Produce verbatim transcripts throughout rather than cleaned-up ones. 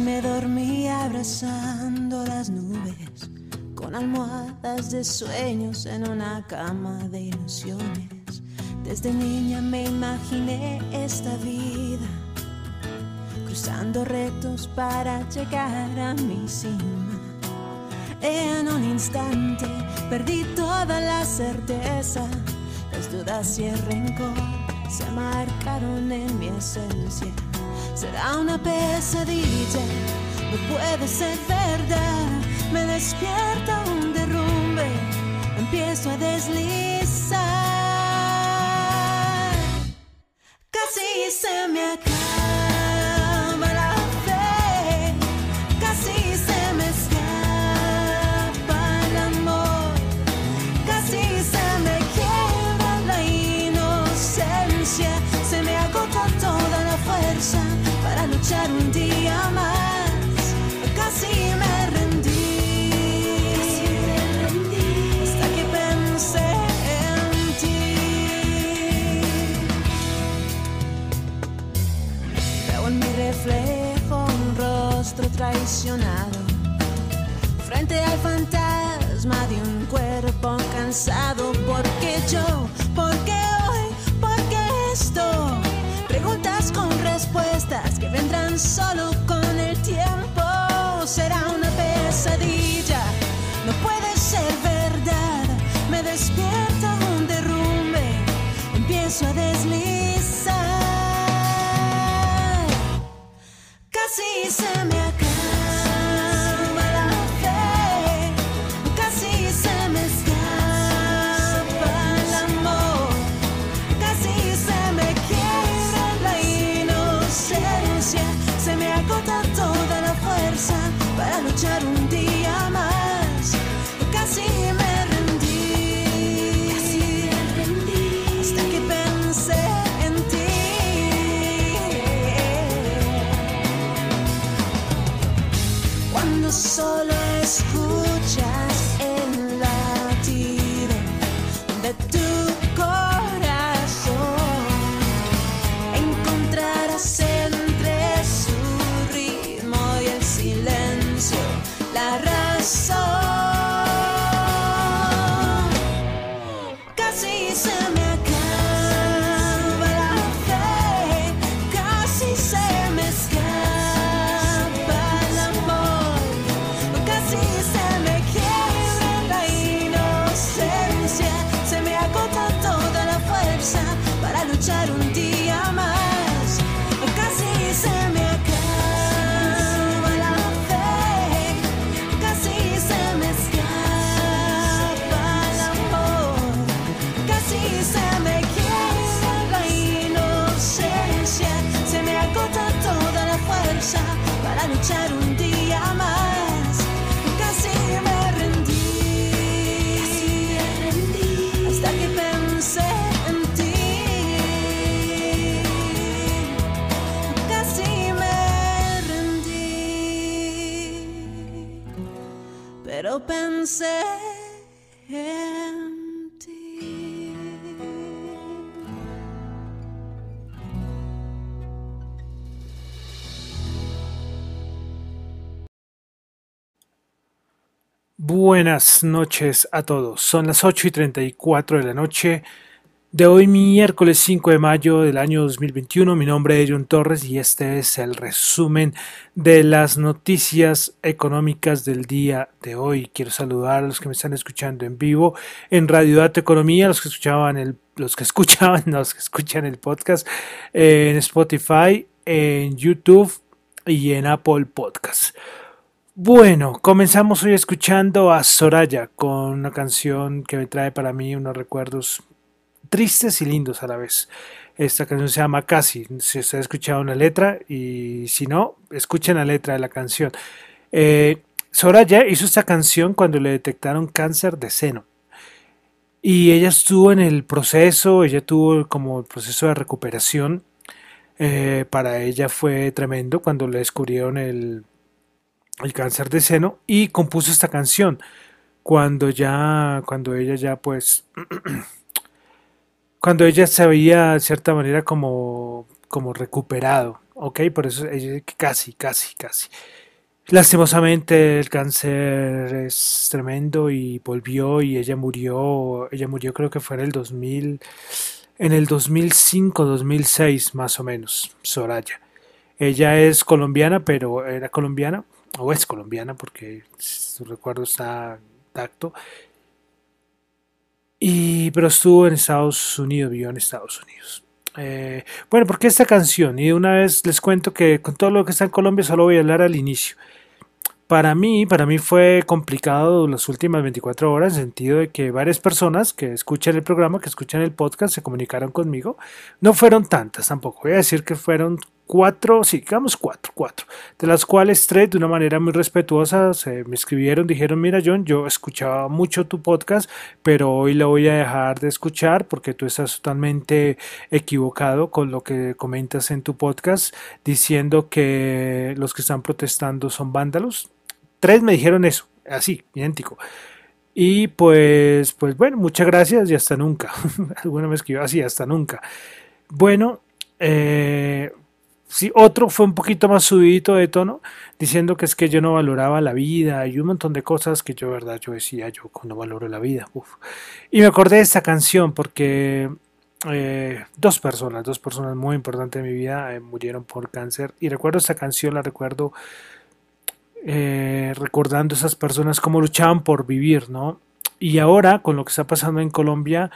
me dormí abrazando las nubes, con almohadas de sueños en una cama de ilusiones. Desde niña me imaginé esta vida, cruzando retos para llegar a mi cima. En un instante perdí toda la certeza, las dudas y el rencor se marcaron en mi esencia. Será una pesadilla, no puede ser verdad. Me despierta un derrumbe, empiezo a deslizar. Casi se me acaba la fe, casi se me escapa el amor, casi se me quiebra la inocencia, se me agota toda la fuerza para luchar un día más. Casi me rendí, casi me rendí, hasta que pensé en ti. Veo en mi reflejo un rostro traicionado, frente al fantasma de un cuerpo cansado. ¿Por qué yo? ¿Por qué hoy? ¿Por qué esto? Preguntas con respuestas que vendrán solo con el tiempo. Será una pesadilla, no puede ser verdad. Me despierta un derrumbe, empiezo a deslizar. Casi se me acaba la fe, casi se me escapa el amor, casi se me quiebra la inocencia, se me agota toda la fuerza para luchar un día más. Casi me rendí, casi me rendí, hasta que pensé en ti. Cuando solo escuchas el latido de tu corazón, encontrarás entre su ritmo y el silencio la razón. Casi se me acaba la fe, casi se me escapa el amor, casi se me quiebra la inocencia, se me agota toda la fuerza para luchar un día más. Casi se me acaba la fe, casi se me escapa el amor, casi se me quiebra la inocencia, se me agota toda la fuerza para luchar un día más. Casi me rendí, casi me rendí, hasta que pensé en ti. Casi me rendí, pero pensé en ti. Buenas noches a todos. Son las ocho y treinta y cuatro de la noche de hoy, miércoles cinco de mayo del año dos mil veintiuno. Mi nombre es John Torres y este es el resumen de las noticias económicas del día de hoy. Quiero saludar a los que me están escuchando en vivo en Radio Data Economía, los que escuchaban el, los que escuchaban, los que escuchan el podcast eh, en Spotify, en YouTube y en Apple Podcast. Bueno, comenzamos hoy escuchando a Soraya con una canción que me trae para mí unos recuerdos tristes y lindos a la vez. Esta canción se llama Casi. Si usted ha escuchado una letra y si no, escuchen la letra de la canción. Eh, Soraya hizo esta canción cuando le detectaron cáncer de seno. Y ella estuvo en el proceso, ella tuvo como el proceso de recuperación. Eh, para ella fue tremendo cuando le descubrieron el el cáncer de seno y compuso esta canción cuando ya cuando ella ya pues cuando ella se había de cierta manera como como recuperado, ok, por eso ella dice que casi casi casi Lastimosamente el cáncer es tremendo y volvió y ella murió, ella murió creo que fue en el dos mil, en el dos mil cinco, dos mil seis más o menos, Soraya. Ella es colombiana, pero era colombiana, o es colombiana porque su recuerdo está intacto, y, pero estuvo en Estados Unidos, vivió en Estados Unidos. Eh, bueno, ¿por qué esta canción? Y de una vez les cuento que con todo lo que está en Colombia solo voy a hablar al inicio. Para mí, para mí fue complicado las últimas veinticuatro horas, en el sentido de que varias personas que escuchan el programa, que escuchan el podcast, se comunicaron conmigo. No fueron tantas tampoco, voy a decir que fueron cuatro, sí, digamos cuatro, cuatro, de las cuales tres de una manera muy respetuosa se me escribieron, dijeron, mira John, yo escuchaba mucho tu podcast, pero hoy lo voy a dejar de escuchar porque tú estás totalmente equivocado con lo que comentas en tu podcast, diciendo que los que están protestando son vándalos. Tres me dijeron eso, así, idéntico. Y pues, pues bueno, muchas gracias y hasta nunca. Alguna me escribió así, hasta nunca. Bueno, eh, sí, otro fue un poquito más subidito de tono, diciendo que es que yo no valoraba la vida y un montón de cosas que yo, verdad, yo decía, yo no valoro la vida. Uf. Y me acordé de esta canción porque eh, dos personas, dos personas muy importantes de mi vida eh, murieron por cáncer. Y recuerdo esta canción, la recuerdo eh, recordando a esas personas cómo luchaban por vivir, ¿no? Y ahora, con lo que está pasando en Colombia,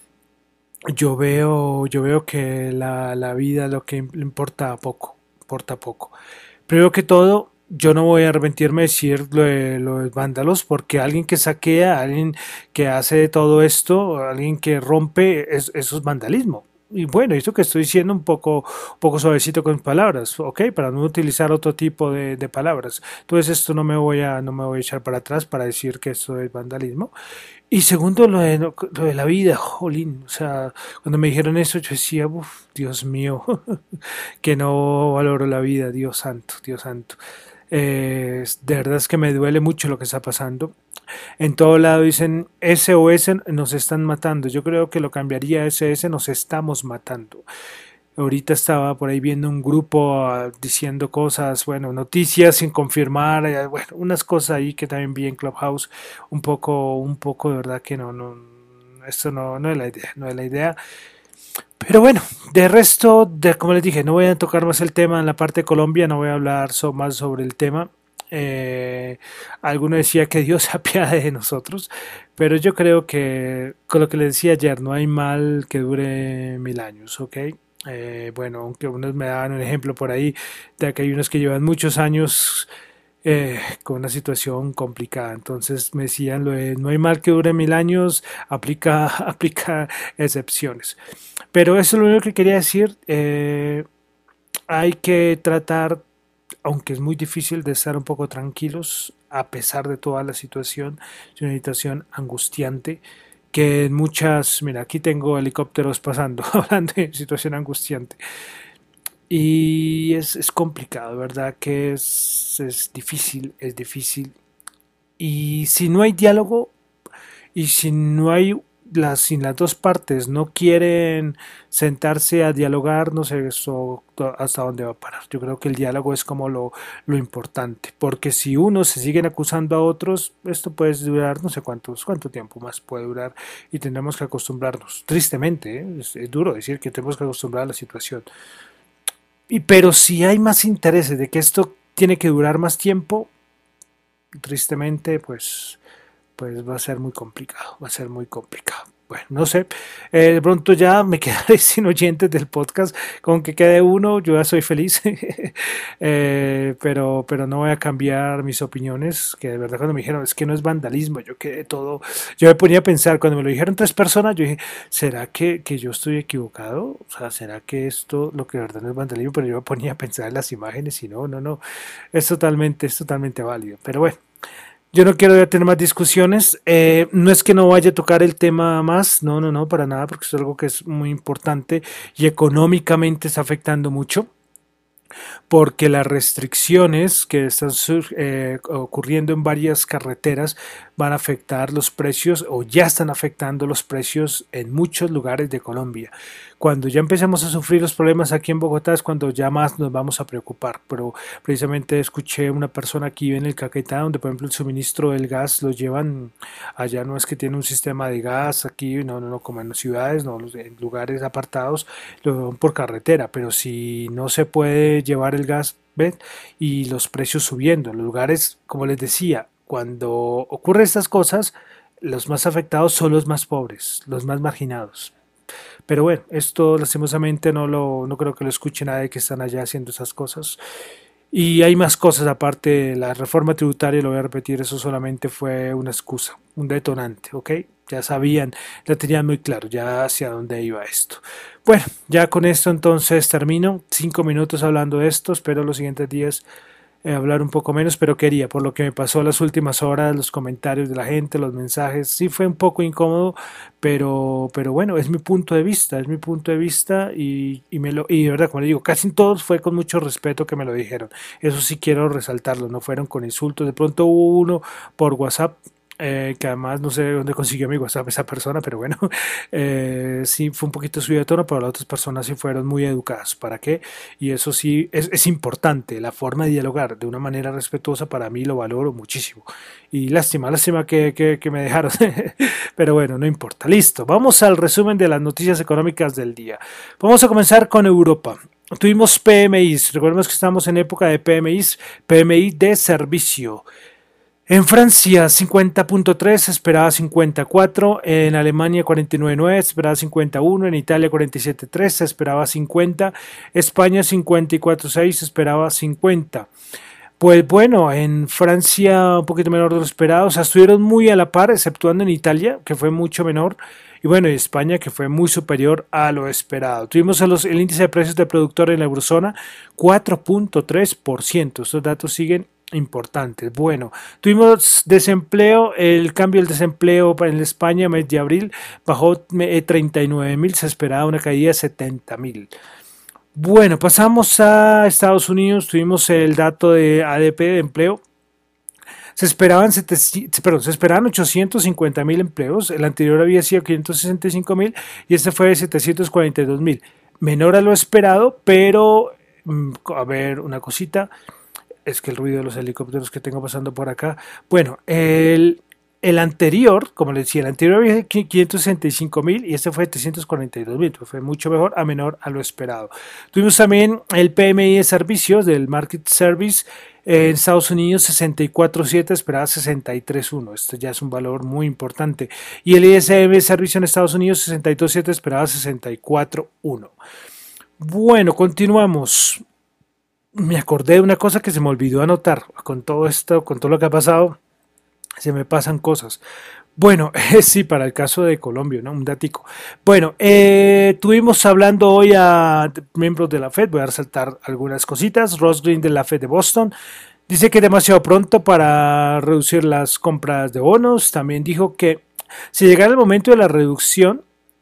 yo veo, yo veo que la, la vida lo que le importa poco, importa poco. Primero que todo, yo no voy a arrepentirme de decir lo de los vándalos, porque alguien que saquea, alguien que hace todo esto, alguien que rompe, es, eso es vandalismo. Y bueno, esto que estoy diciendo un poco, un poco suavecito con palabras, ¿ok? Para no utilizar otro tipo de, de palabras. Entonces esto no me voy a, no me voy a echar para atrás para decir que esto es vandalismo. Y segundo, lo de, lo de la vida, jolín. O sea, cuando me dijeron eso, yo decía, uff, Dios mío, que no valoro la vida, Dios santo, Dios santo. Eh, de verdad es que me duele mucho lo que está pasando. En todo lado dicen S O S nos están matando. Yo creo que lo cambiaría a S S nos estamos matando. Ahorita estaba por ahí viendo un grupo uh, diciendo cosas, bueno, noticias sin confirmar, eh, bueno, unas cosas ahí que también vi en Clubhouse, un poco, un poco de verdad que no, no, esto no, no es la idea, no es la idea. Pero bueno, de resto, de, como les dije, no voy a tocar más el tema en la parte de Colombia, no voy a hablar so, más sobre el tema. Eh, alguno decía que Dios se apiade de nosotros, pero yo creo que, con lo que les decía ayer, no hay mal que dure mil años, ¿ok? Eh, bueno, aunque unos me daban un ejemplo por ahí de que hay unos que llevan muchos años eh, con una situación complicada. Entonces me decían lo de no hay mal que dure mil años, aplica, aplica excepciones. Pero eso es lo único que quería decir. Eh, hay que tratar, aunque es muy difícil, de estar un poco tranquilos a pesar de toda la situación. Es una situación angustiante que en muchas, mira, aquí tengo helicópteros pasando, hablando de situación angustiante. Y es, es complicado, ¿verdad? Que es, es difícil, es difícil. Y si no hay diálogo y si no hay las, si las dos partes no quieren sentarse a dialogar, no sé eso hasta dónde va a parar. Yo creo que el diálogo es como lo, lo importante, porque si uno se siguen acusando a otros, esto puede durar no sé cuántos, cuánto tiempo más puede durar y tendremos que acostumbrarnos. Tristemente, ¿eh? es, es duro decir que tenemos que acostumbrar a la situación. Y, pero si hay más intereses de que esto tiene que durar más tiempo, tristemente, pues, pues va a ser muy complicado, va a ser muy complicado. Bueno, no sé, eh, de pronto ya me quedaré sin oyentes del podcast, con que quede uno, yo ya soy feliz, eh, pero, pero no voy a cambiar mis opiniones, que de verdad cuando me dijeron, es que no es vandalismo, yo quedé todo, yo me ponía a pensar, cuando me lo dijeron tres personas, yo dije, ¿será que, que yo estoy equivocado? O sea, ¿será que esto, lo que de verdad no es vandalismo? Pero yo me ponía a pensar en las imágenes y no, no, no, es totalmente, es totalmente válido, pero bueno. Yo no quiero tener más discusiones. Eh, no es que no vaya a tocar el tema más, no, no, no, para nada, porque es algo que es muy importante y económicamente está afectando mucho, porque las restricciones que están eh, ocurriendo en varias carreteras van a afectar los precios o ya están afectando los precios en muchos lugares de Colombia. Cuando ya empecemos a sufrir los problemas aquí en Bogotá es cuando ya más nos vamos a preocupar, pero precisamente escuché una persona aquí en el Caquetá donde por ejemplo el suministro del gas lo llevan allá, no es que tiene un sistema de gas aquí, no, no, no como en las ciudades, no, en lugares apartados lo llevan por carretera, pero si no se puede llevar el gas, ¿ven? Y los precios subiendo, en los lugares, como les decía, cuando ocurren estas cosas, los más afectados son los más pobres, los más marginados. Pero bueno, esto lastimosamente no lo, no creo que lo escuche nadie que están allá haciendo esas cosas. Y hay más cosas aparte de la reforma tributaria, lo voy a repetir, eso solamente fue una excusa, un detonante, ¿ok? Ya sabían, ya tenían muy claro ya hacia dónde iba esto. Bueno, ya con esto entonces termino, cinco minutos hablando de esto, espero los siguientes días eh, hablar un poco menos, pero quería, por lo que me pasó las últimas horas, los comentarios de la gente, los mensajes, sí fue un poco incómodo, pero, pero bueno, es mi punto de vista, es mi punto de vista y, y, me lo, y de verdad, como le digo, casi todos fue con mucho respeto que me lo dijeron, eso sí quiero resaltarlo, no fueron con insultos, de pronto hubo uno por WhatsApp, eh, que además no sé dónde consiguió mi WhatsApp esa persona, pero bueno, eh, sí fue un poquito subido de tono, pero las otras personas sí fueron muy educadas. ¿Para qué? Y eso sí es, es importante, la forma de dialogar de una manera respetuosa para mí lo valoro muchísimo. Y lástima, lástima que, que, que me dejaron, pero bueno, no importa. Listo, vamos al resumen de las noticias económicas del día. Vamos a comenzar con Europa. Tuvimos P M Is, recordemos que estamos en época de P M Is, P M I de servicio. En Francia cincuenta punto tres, se esperaba cincuenta y cuatro, en Alemania cuarenta y nueve punto nueve, se esperaba cincuenta y uno, en Italia cuarenta y siete punto tres, se esperaba cincuenta, España cincuenta y cuatro punto seis, se esperaba cincuenta. Pues bueno, en Francia un poquito menor de lo esperado, o sea, estuvieron muy a la par, exceptuando en Italia, que fue mucho menor, y bueno, en España, que fue muy superior a lo esperado. Tuvimos los, el índice de precios de productor en la eurozona, cuatro punto tres por ciento, estos datos siguen importantes. Bueno, tuvimos desempleo, el cambio del desempleo en España, mes de abril, bajó treinta y nueve mil, se esperaba una caída de setenta mil. Bueno, pasamos a Estados Unidos, tuvimos el dato de A D P de empleo. Se esperaban, setecientos, perdón, se esperaban ochocientos cincuenta mil empleos, el anterior había sido quinientos sesenta y cinco mil y este fue de setecientos cuarenta y dos mil. Menor a lo esperado, pero a ver una cosita, es que el ruido de los helicópteros que tengo pasando por acá. Bueno, el, el anterior, como les decía, el anterior había quinientos sesenta y cinco mil y este fue setecientos cuarenta y dos mil, fue mucho mejor a menor a lo esperado. Tuvimos también el P M I de servicios del Market Service en Estados Unidos sesenta y cuatro punto siete, esperaba sesenta y tres punto uno, esto ya es un valor muy importante. Y el I S M de servicio en Estados Unidos sesenta y dos punto siete, esperaba sesenta y cuatro punto uno. Bueno, continuamos. Me acordé de una cosa que se me olvidó anotar. Con todo esto, con todo lo que ha pasado, se me pasan cosas. Bueno, sí, para el caso de Colombia, ¿no? Un datico. Bueno, eh, tuvimos hablando hoy a miembros de la Fed, voy a resaltar algunas cositas. Ross Green de la Fed de Boston dice que es demasiado pronto para reducir las compras de bonos. También dijo que si llegara el momento de la reducción,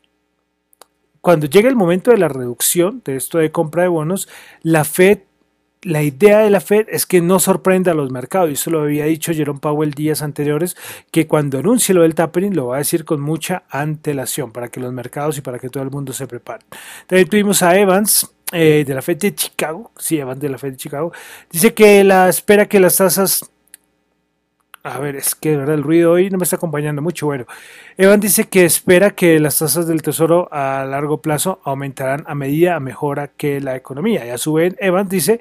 cuando llegue el momento de la reducción de esto de compra de bonos, la Fed La idea de la Fed es que no sorprenda a los mercados, y eso lo había dicho Jerome Powell días anteriores, que cuando anuncie lo del tapering lo va a decir con mucha antelación para que los mercados y para que todo el mundo se prepare. También tuvimos a Evans eh, de la Fed de Chicago, sí, Evans de la Fed de Chicago, dice que la espera que las tasas, a ver, es que de verdad el ruido hoy no me está acompañando mucho. Bueno, Evans dice que espera que las tasas del tesoro a largo plazo aumentarán a medida mejora que la economía. Y a su vez, Evans dice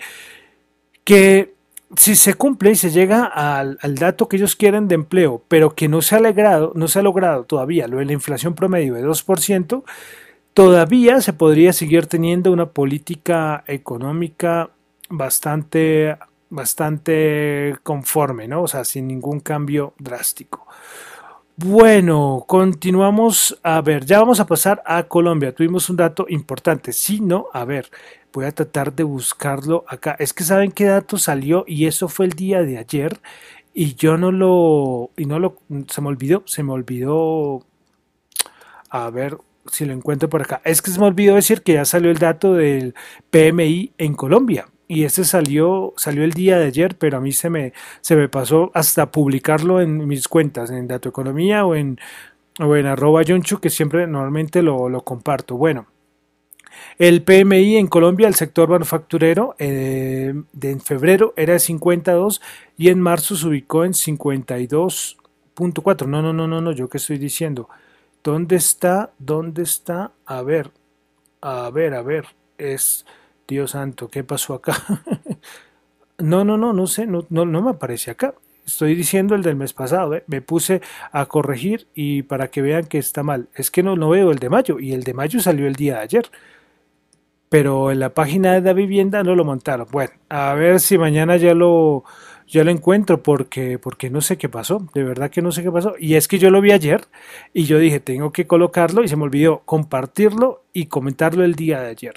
que si se cumple y se llega al, al dato que ellos quieren de empleo, pero que no se ha logrado, no se ha logrado todavía lo de la inflación promedio de dos por ciento, todavía se podría seguir teniendo una política económica bastante bastante conforme, ¿no? O sea, sin ningún cambio drástico. Bueno, continuamos. A ver, ya vamos a pasar a Colombia. Tuvimos un dato importante. Sí, no, a ver, voy a tratar de buscarlo acá. Es que saben qué dato salió y eso fue el día de ayer y yo no lo, y no lo, se me olvidó, se me olvidó, a ver si lo encuentro por acá. Es que se me olvidó decir que ya salió el dato del P M I en Colombia. y este salió, salió el día de ayer, pero a mí se me, se me pasó hasta publicarlo en mis cuentas, en Dato Economía o en, o en arroba Yonchu, que siempre normalmente lo, lo comparto. Bueno, el P M I en Colombia, el sector manufacturero, eh, de, en febrero era de cincuenta y dos y en marzo se ubicó en cincuenta y dos punto cuatro. No, no, no, no, no, yo qué estoy diciendo. ¿Dónde está? ¿Dónde está? A ver, a ver, a ver. Es, Dios santo, ¿qué pasó acá? No, no, no, no sé, no, no, no me aparece acá. Estoy diciendo el del mes pasado, ¿eh? Me puse a corregir y para que vean que está mal. Es que no, no veo el de mayo y el de mayo salió el día de ayer, pero en la página de la vivienda no lo montaron. Bueno, a ver si mañana ya lo, ya lo encuentro porque, porque no sé qué pasó, de verdad que no sé qué pasó. Y es que yo lo vi ayer y yo dije, tengo que colocarlo y se me olvidó compartirlo y comentarlo el día de ayer.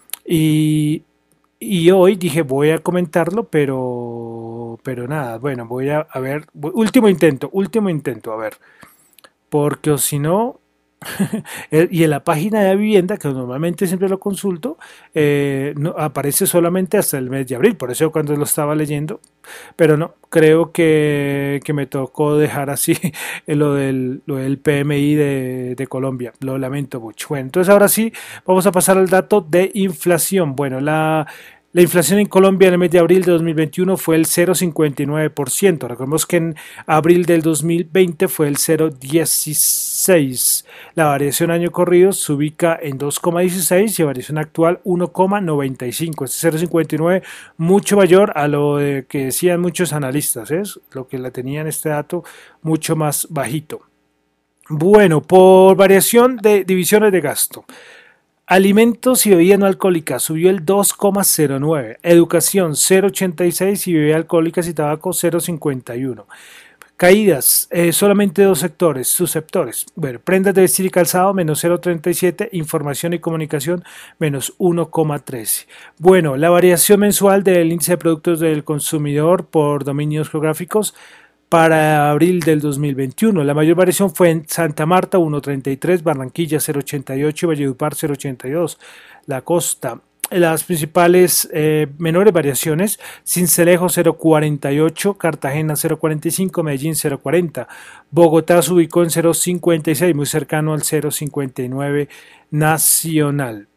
Y, y hoy dije, voy a comentarlo, pero, pero nada, bueno, voy a, a ver, último intento, último intento, a ver, porque o si no, eh, y en la página de vivienda, que normalmente siempre lo consulto, eh, no, aparece solamente hasta el mes de abril, por eso cuando lo estaba leyendo, pero no, creo que, que me tocó dejar así lo del, lo del P M I de, de Colombia, lo lamento mucho. Bueno, entonces ahora sí, vamos a pasar al dato de inflación. Bueno, la... La inflación en Colombia en el mes de abril de dos mil veintiuno fue el cero coma cincuenta y nueve por ciento. Recordemos que en abril del dos mil veinte fue el cero coma dieciséis. La variación año corrido se ubica en dos coma dieciséis y la variación actual uno coma noventa y cinco. Este cero coma cincuenta y nueve mucho mayor a lo de que decían muchos analistas, ¿eh? Lo que la tenían este dato mucho más bajito. Bueno, por variación de divisiones de gasto. Alimentos y bebidas no alcohólicas subió el dos coma cero nueve, educación cero coma ochenta y seis y bebidas alcohólicas y tabaco cero coma cincuenta y uno. Caídas, eh, solamente dos sectores, subsectores. Bueno, prendas de vestir y calzado menos cero coma treinta y siete, información y comunicación menos uno coma trece. Bueno, la variación mensual del índice de productos del consumidor por dominios geográficos para abril del dos mil veintiuno. La mayor variación fue en Santa Marta uno coma treinta y tres, Barranquilla cero coma ochenta y ocho y Valledupar cero coma ochenta y dos. La costa, las principales eh, menores variaciones: Sincelejo cero coma cuarenta y ocho, Cartagena cero coma cuarenta y cinco, Medellín cero coma cuarenta, Bogotá se ubicó en cero coma cincuenta y seis, muy cercano al cero coma cincuenta y nueve nacional.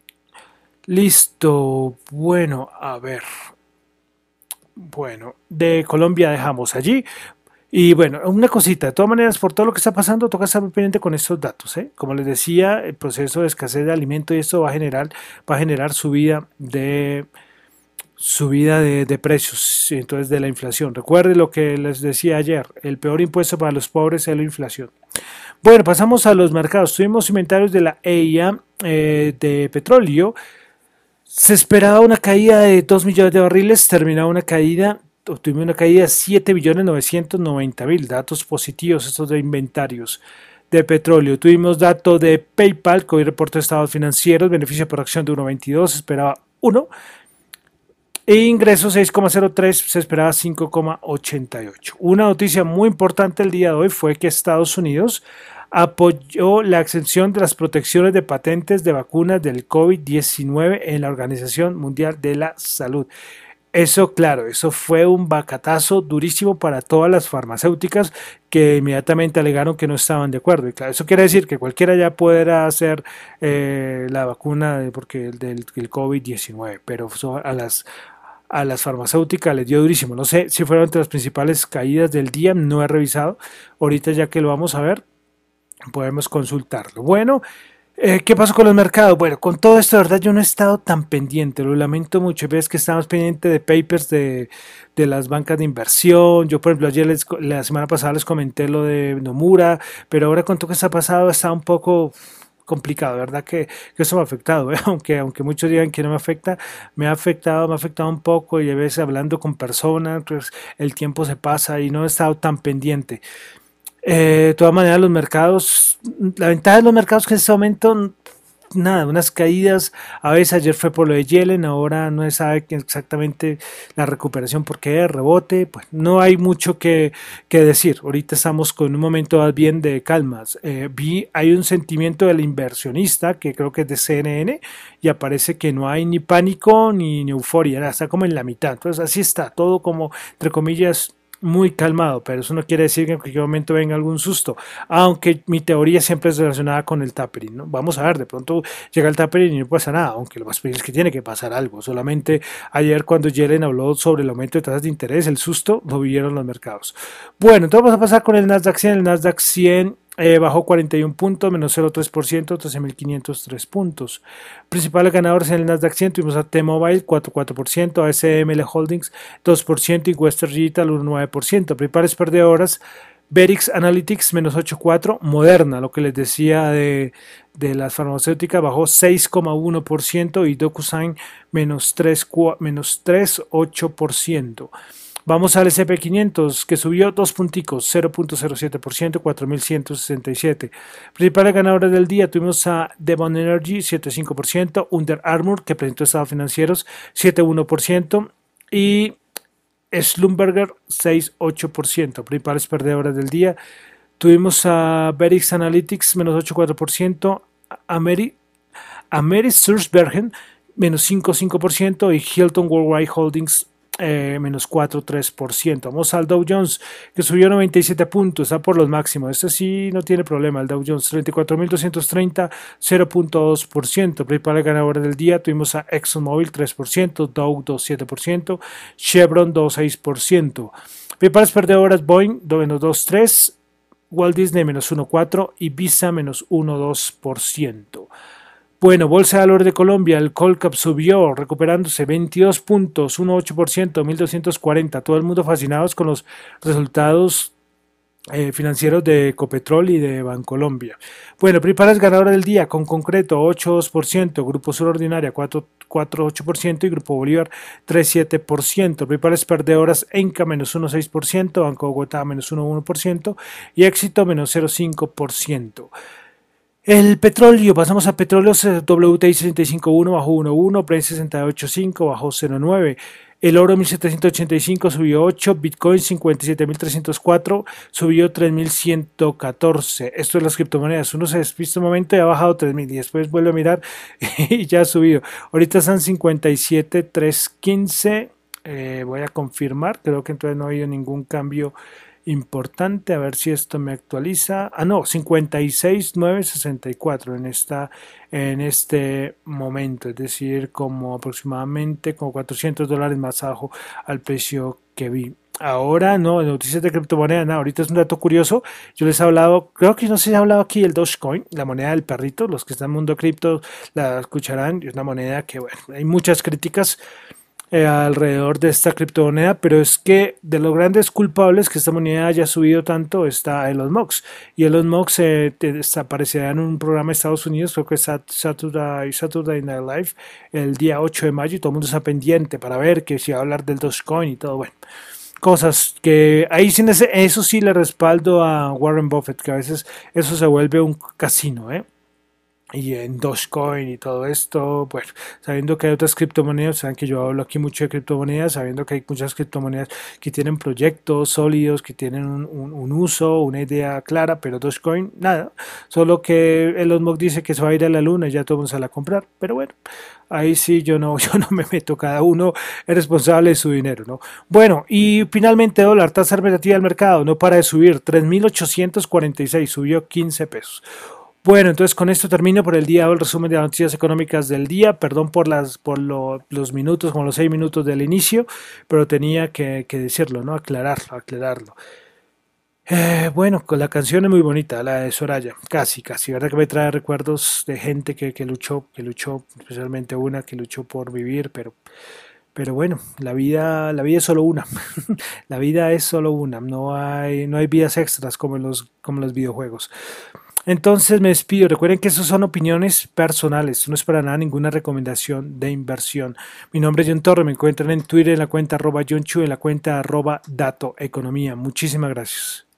Listo, bueno, a ver. Bueno, de Colombia dejamos allí. Y bueno, una cosita, de todas maneras, por todo lo que está pasando, toca estar muy pendiente con estos datos, ¿eh? Como les decía, el proceso de escasez de alimento y esto va a generar, va a generar subida de subida de, de precios, entonces de la inflación. Recuerden lo que les decía ayer, el peor impuesto para los pobres es la inflación. Bueno, pasamos a los mercados. Tuvimos inventarios de la E I A eh, de petróleo. Se esperaba una caída de dos millones de barriles, terminaba una caída, obtuvimos una caída de siete millones novecientos noventa mil, datos positivos estos de inventarios de petróleo. Tuvimos datos de PayPal, que hoy reportó estados financieros, beneficio por acción de uno coma veintidós, se esperaba uno, e ingresos seis coma cero tres, se esperaba cinco coma ochenta y ocho. Una noticia muy importante el día de hoy fue que Estados Unidos apoyó la exención de las protecciones de patentes de vacunas del COVID diecinueve en la Organización Mundial de la Salud. Eso, claro, eso fue un bacatazo durísimo para todas las farmacéuticas que inmediatamente alegaron que no estaban de acuerdo. Y claro, eso quiere decir que cualquiera ya podrá hacer eh, la vacuna de, porque del, del COVID diecinueve, pero a las a las farmacéuticas les dio durísimo. No sé si fueron entre las principales caídas del día, no he revisado. Ahorita ya que lo vamos a ver, podemos consultarlo. Bueno, eh, ¿qué pasó con los mercados? Bueno, con todo esto, de verdad, yo no he estado tan pendiente, lo lamento mucho. Ves que estamos pendientes de papers de, de las bancas de inversión. Yo, por ejemplo, ayer, les, la semana pasada les comenté lo de Nomura, pero ahora con todo lo que está pasado está un poco complicado, ¿verdad? Que, que eso me ha afectado, ¿eh? aunque, aunque muchos digan que no me afecta, me ha afectado, me ha afectado un poco y a veces hablando con personas, pues el tiempo se pasa y no he estado tan pendiente. Eh, de todas maneras, los mercados, la ventaja de los mercados es que en este momento nada, unas caídas. A veces ayer fue por lo de Yellen, ahora no se sabe exactamente la recuperación porque rebote, pues no hay mucho que, que decir. Ahorita estamos con un momento más bien de calmas. Eh, vi, hay un sentimiento del inversionista que creo que es de C N N y aparece que no hay ni pánico ni, ni euforia, nada, está como en la mitad. Entonces así está, todo como entre comillas muy calmado, pero eso no quiere decir que en cualquier momento venga algún susto, aunque mi teoría siempre es relacionada con el tapering, ¿no? Vamos a ver, de pronto llega el tapering y no pasa nada, aunque lo más probable es que tiene que pasar algo. Solamente ayer cuando Yellen habló sobre el aumento de tasas de interés, el susto lo vivieron los mercados. Bueno, entonces vamos a pasar con el Nasdaq cien. El Nasdaq cien Eh, bajó cuarenta y un puntos, menos cero coma tres por ciento, trece mil quinientos tres puntos. Principales ganadores en el Nasdaq cien tuvimos a T-Mobile cuatro coma cuatro por ciento, A S M L Holdings dos por ciento y Western Digital uno coma nueve por ciento. Principales perdedoras, Verix Analytics menos ocho coma cuatro por ciento, Moderna, lo que les decía de, de las farmacéuticas, bajó seis coma uno por ciento y DocuSign menos tres coma ocho por ciento. Vamos al S and P quinientos, que subió dos punticos, cero coma cero siete por ciento, cuatro mil ciento sesenta y siete. Principales ganadores del día tuvimos a Devon Energy, siete coma cinco por ciento, Under Armour, que presentó estados financieros, siete coma uno por ciento, y Schlumberger, seis coma ocho por ciento. Principales perdedores del día tuvimos a Verix Analytics, menos ocho coma cuatro por ciento, Ameri, AmerisourceBergen, menos cinco coma cinco por ciento, y Hilton Worldwide Holdings, Eh, menos cuatro coma tres por ciento. Vamos al Dow Jones, que subió noventa y siete puntos, está por los máximos. Este sí no tiene problema. El Dow Jones treinta y cuatro mil doscientos treinta, cero coma dos por ciento. Principal ganador del día tuvimos a ExxonMobil tres por ciento, Dow dos coma siete por ciento, Chevron dos coma seis por ciento. Principales perdedoras, Boeing menos dos coma tres por ciento, Walt Disney menos uno coma cuatro por ciento y Visa menos uno coma dos por ciento. Bueno, Bolsa de Valores de Colombia, el Colcap subió, recuperándose veintidós puntos, uno coma ocho por ciento, mil doscientos cuarenta. Todo el mundo fascinados con los resultados eh, financieros de Ecopetrol y de Bancolombia. Bueno, principales ganadores del día, con Concreto ocho coma dos por ciento, Grupo Sur Ordinaria cuatro coma ocho por ciento y Grupo Bolívar tres coma siete por ciento. Principales perdedoras, Enca menos uno coma seis por ciento, Banco Bogotá menos uno coma uno por ciento y Éxito menos cero coma cinco por ciento. El petróleo, pasamos a petróleos, W T I sesenta y cinco punto uno bajó uno coma uno, Brent sesenta y ocho punto cinco bajó cero coma nueve, el oro mil setecientos ochenta y cinco subió ocho, Bitcoin cincuenta y siete mil trescientos cuatro subió tres mil ciento catorce. Esto es las criptomonedas, uno se despista un momento y ha bajado tres mil y después vuelve a mirar y ya ha subido. Ahorita están cincuenta y siete mil trescientos quince, eh, voy a confirmar, creo que entonces no ha habido ningún cambio importante, a ver si esto me actualiza. Ah, no, cincuenta y seis mil novecientos sesenta y cuatro en esta en este momento, es decir, como aproximadamente como cuatrocientos dólares más abajo al precio que vi. Ahora no, noticias de criptomonedas, no, ahorita es un dato curioso. Yo les he hablado, creo que no sé si he hablado aquí del Dogecoin, la moneda del perrito. Los que están en el mundo cripto la escucharán. Es una moneda que, bueno, hay muchas críticas Eh, alrededor de esta criptomoneda, pero es que de los grandes culpables que esta moneda haya subido tanto está Elon Musk, y Elon Musk eh, aparecerá en un programa de Estados Unidos, creo que es Saturday, Saturday Night Live, el día ocho de mayo, y todo el mundo está pendiente para ver que si va a hablar del Dogecoin y todo, bueno, cosas que ahí sin ese, eso sí le respaldo a Warren Buffett, que a veces eso se vuelve un casino, ¿eh? Y en Dogecoin y todo esto, bueno, sabiendo que hay otras criptomonedas, saben que yo hablo aquí mucho de criptomonedas, sabiendo que hay muchas criptomonedas que tienen proyectos sólidos, que tienen un, un, un uso, una idea clara, pero Dogecoin, nada, solo que Elon Musk dice que se va a ir a la luna y ya todo el mundo se la va a comprar, pero bueno, ahí sí yo no, yo no me meto, cada uno es responsable de su dinero, ¿no? Bueno, y finalmente dólar, tasa relativa del mercado, no para de subir, tres mil ochocientos cuarenta y seis, subió quince pesos. Bueno, entonces con esto termino por el día el resumen de las noticias económicas del día. Perdón por las por lo, los minutos, como los seis minutos del inicio, pero tenía que, que decirlo, ¿no? Aclararlo, aclararlo. Eh, bueno, con la canción es muy bonita, la de Soraya, casi, casi, ¿verdad? Que me trae recuerdos de gente que, que luchó, que luchó, especialmente una que luchó por vivir, pero, pero bueno, la vida, la vida es solo una, la vida es solo una, no hay, no hay vidas extras como en los, como en los videojuegos. Entonces me despido. Recuerden que esas son opiniones personales. No es para nada ninguna recomendación de inversión. Mi nombre es John Torre. Me encuentran en Twitter en la cuenta arroba John Chu, en la cuenta arroba Dato Economía. Muchísimas gracias.